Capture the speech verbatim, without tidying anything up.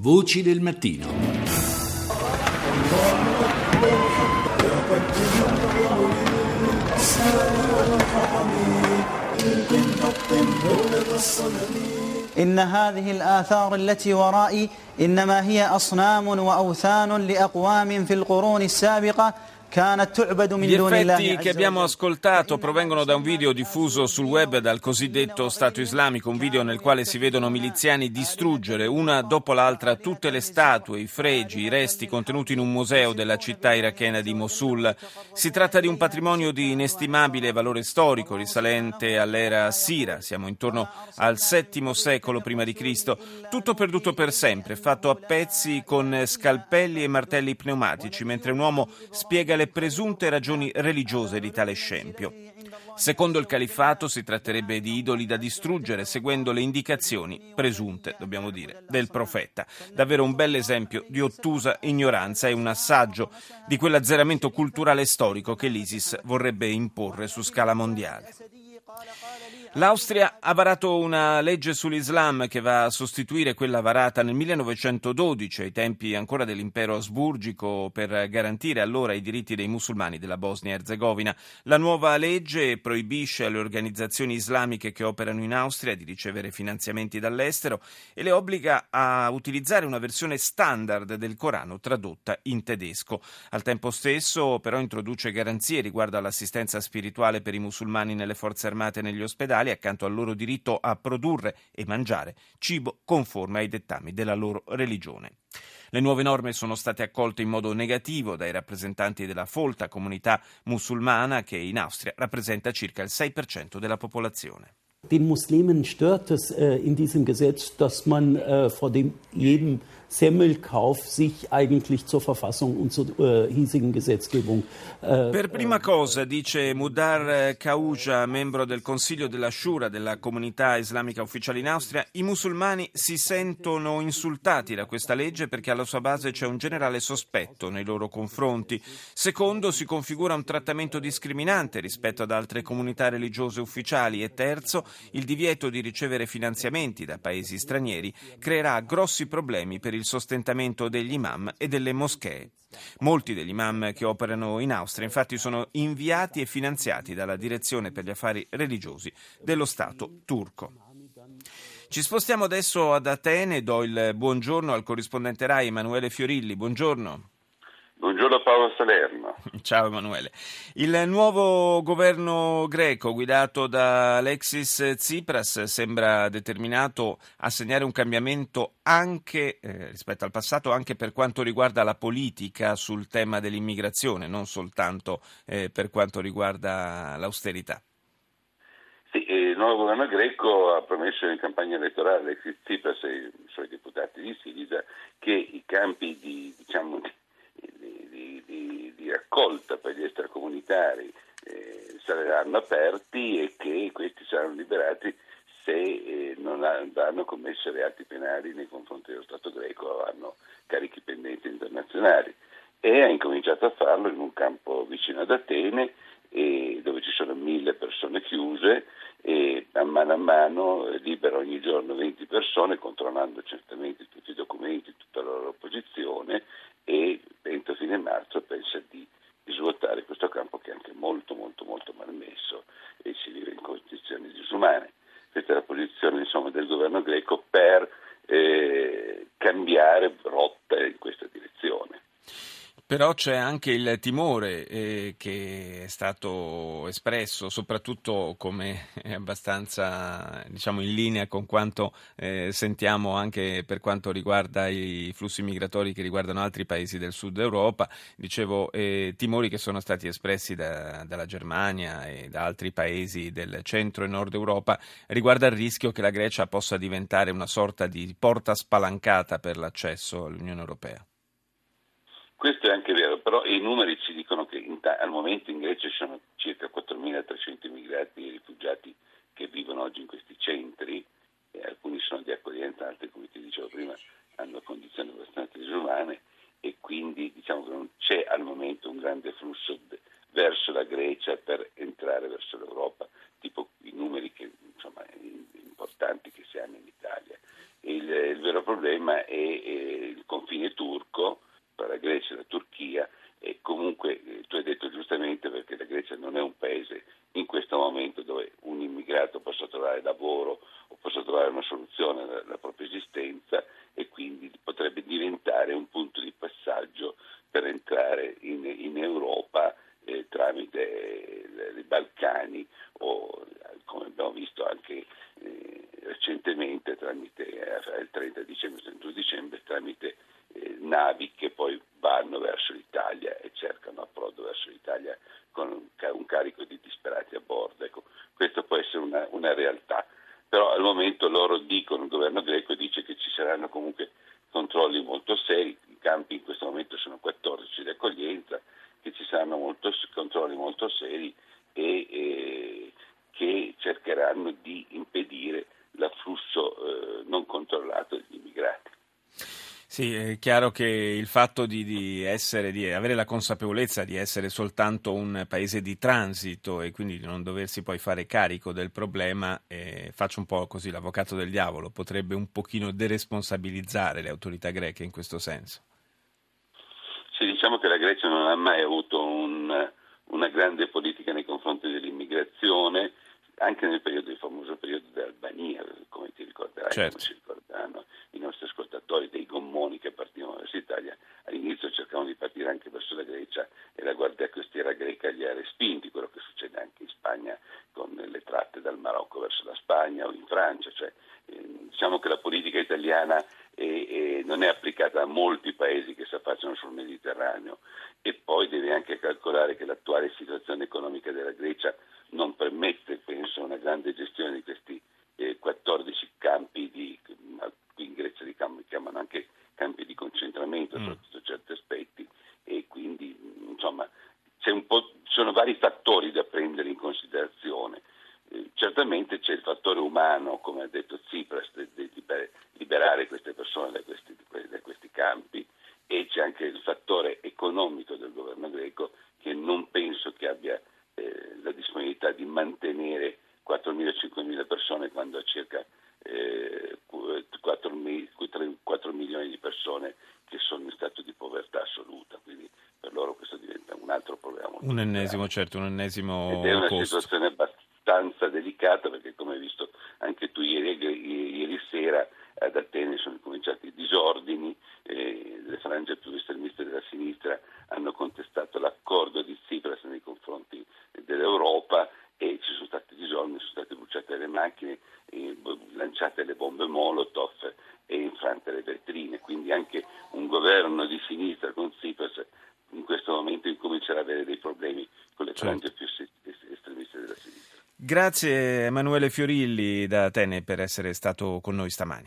Voci del mattino. إن هذه الآثار التي ورائي إنما هي أصنام وأوثان لأقوام في القرون السابقة. Gli effetti che abbiamo ascoltato provengono da un video diffuso sul web dal cosiddetto Stato Islamico, un video nel quale si vedono miliziani distruggere una dopo l'altra tutte le statue, i fregi, i resti contenuti in un museo della città irachena di Mosul. Si tratta di un patrimonio di inestimabile valore storico risalente all'era assira, siamo intorno al settimo secolo prima di Cristo, tutto perduto per sempre, fatto a pezzi con scalpelli e martelli pneumatici, mentre un uomo spiega le presunte ragioni religiose di tale scempio. Secondo il califfato si tratterebbe di idoli da distruggere seguendo le indicazioni presunte, dobbiamo dire, del profeta. Davvero un bel esempio di ottusa ignoranza e un assaggio di quell'azzeramento culturale e storico che l'ISIS vorrebbe imporre su scala mondiale. L'Austria ha varato una legge sull'Islam che va a sostituire quella varata nel millenovecentododici, ai tempi ancora dell'impero asburgico, per garantire allora i diritti dei musulmani della Bosnia-Erzegovina. La nuova legge proibisce alle organizzazioni islamiche che operano in Austria di ricevere finanziamenti dall'estero e le obbliga a utilizzare una versione standard del Corano tradotta in tedesco. Al tempo stesso, però, introduce garanzie riguardo all'assistenza spirituale per i musulmani nelle forze armate e negli ospedali, accanto al loro diritto a produrre e mangiare cibo conforme ai dettami della loro religione. Le nuove norme sono state accolte in modo negativo dai rappresentanti della folta comunità musulmana, che in Austria rappresenta circa il sei per cento della popolazione. Den Muslimen stört es äh, in diesem Gesetz, dass man äh, vor dem jedem Semmelkauf sich eigentlich zur Verfassung und zur äh, hiesigen Gesetzgebung. Äh, per prima cosa, dice Mudar Khaouja, membro del Consiglio della Shura, della comunità islamica ufficiale in Austria, i musulmani si sentono insultati da questa legge perché alla sua base c'è un generale sospetto nei loro confronti. Secondo, si configura un trattamento discriminante rispetto ad altre comunità religiose ufficiali. E terzo, il divieto di ricevere finanziamenti da paesi stranieri creerà grossi problemi per il sostentamento degli imam e delle moschee. Molti degli imam che operano in Austria, infatti, sono inviati e finanziati dalla Direzione per gli Affari Religiosi dello Stato turco. Ci spostiamo adesso ad Atene, do il buongiorno al corrispondente RAI Emanuele Fiorilli. Buongiorno. Buongiorno Paolo Salerno. Ciao Emanuele. Il nuovo governo greco guidato da Alexis Tsipras sembra determinato a segnare un cambiamento anche eh, rispetto al passato, anche per quanto riguarda la politica sul tema dell'immigrazione, non soltanto eh, per quanto riguarda l'austerità. Sì, il nuovo governo greco ha promesso in campagna elettorale Alexis Tsipras e i suoi deputati di Siriza che i campi di, diciamo, di Di, di, di raccolta per gli extracomunitari eh, saranno aperti e che questi saranno liberati se eh, non hanno commesso reati penali nei confronti dello Stato greco o hanno carichi pendenti internazionali. E ha incominciato a farlo in un campo vicino ad Atene, eh, dove ci sono mille persone chiuse, e a mano a mano eh, libera ogni giorno venti persone, controllando certamente tutti i documenti, tutta la loro posizione, e entro fine marzo pensa di, di svuotare questo campo, che è anche molto molto molto malmesso e si vive in condizioni disumane. Questa è la posizione, insomma, del governo greco per eh, cambiare rotta in questa direzione. Però c'è anche il timore eh, che è stato espresso, soprattutto, come è abbastanza, diciamo, in linea con quanto eh, sentiamo anche per quanto riguarda i flussi migratori che riguardano altri paesi del sud Europa. Dicevo, eh, timori che sono stati espressi da, dalla Germania e da altri paesi del centro e nord Europa riguardo al rischio che la Grecia possa diventare una sorta di porta spalancata per l'accesso all'Unione Europea. Questo è anche vero, però i numeri ci dicono che in ta- al momento in Grecia ci sono circa quattromilatrecento immigrati e rifugiati che vivono oggi in questi centri, e alcuni sono di accoglienza, altri, come ti dicevo prima, hanno condizioni abbastanza disumane, e quindi diciamo che non c'è al momento un grande flusso de- verso la Grecia per entrare verso l'Europa, tipo i numeri che, insomma, importanti che si hanno in Italia. Il, il vero problema è, è navi che poi vanno verso l'Italia e cercano approdo verso l'Italia con un, un carico di disperati a bordo. Ecco, questo può essere una, una realtà, però al momento loro dicono, il governo greco dice che ci saranno comunque controlli molto seri, i campi in questo momento sono quattordici di accoglienza, che ci saranno molto, controlli molto seri e, e che cercheranno di impedire l'afflusso eh, non controllato degli immigrati. Sì, è chiaro che il fatto di, di essere, di avere la consapevolezza di essere soltanto un paese di transito e quindi di non doversi poi fare carico del problema, eh, faccio un po' così l'avvocato del diavolo, potrebbe un pochino deresponsabilizzare le autorità greche in questo senso. Sì, diciamo che la Grecia non ha mai avuto un, una grande politica nei confronti dell'immigrazione, anche nel periodo, il famoso periodo dell'Albania, come ti ricorderai, certo. come ci ricordano i nostri ascoltatori, dei gommoni che partivano verso l'Italia, all'inizio cercavano di partire anche verso la Grecia e la Guardia Costiera greca li ha respinti, quello che succede anche in Spagna con le tratte dal Marocco verso la Spagna o in Francia, cioè, eh, diciamo che la politica italiana è, è, non è applicata a molti paesi che si affacciano sul Mediterraneo, e poi deve anche calcolare che l'attuale situazione economica della Grecia non permette, penso, una grande gestione di questi eh, quattordici campi di, qui in Grecia li chiamano anche campi di concentramento, mm. sotto certi aspetti, e quindi insomma c'è un po', ci sono vari fattori da prendere in considerazione. Eh, certamente c'è il fattore umano, come ha detto Tsipras, di liberare queste persone da questi, da questi campi, e c'è anche il fattore economico del governo greco, che non penso che abbia eh, la disponibilità di mantenere quattromila cinquemila persone quando ha circa eh, quattro milioni di persone che sono in stato di povertà assoluta, quindi per loro questo diventa un altro problema. Un ennesimo, grave. certo, un ennesimo Ed è una costo. situazione abbastanza delicata, perché come hai visto anche tu ieri, ieri sera ad Atene sono cominciati i disordini, eh, le frange più estremiste della sinistra hanno contestato l'accordo di Tsipras nei confronti dell'Europa e ci sono stati disordini, sono state bruciate le macchine, eh, lanciate le bombe Molotov e infrante le vetrine, quindi anche un governo di sinistra con Tsipras in questo momento incomincerà ad avere dei problemi con le frange certo. più estremiste della sinistra. Grazie Emanuele Fiorilli da Atene per essere stato con noi stamani.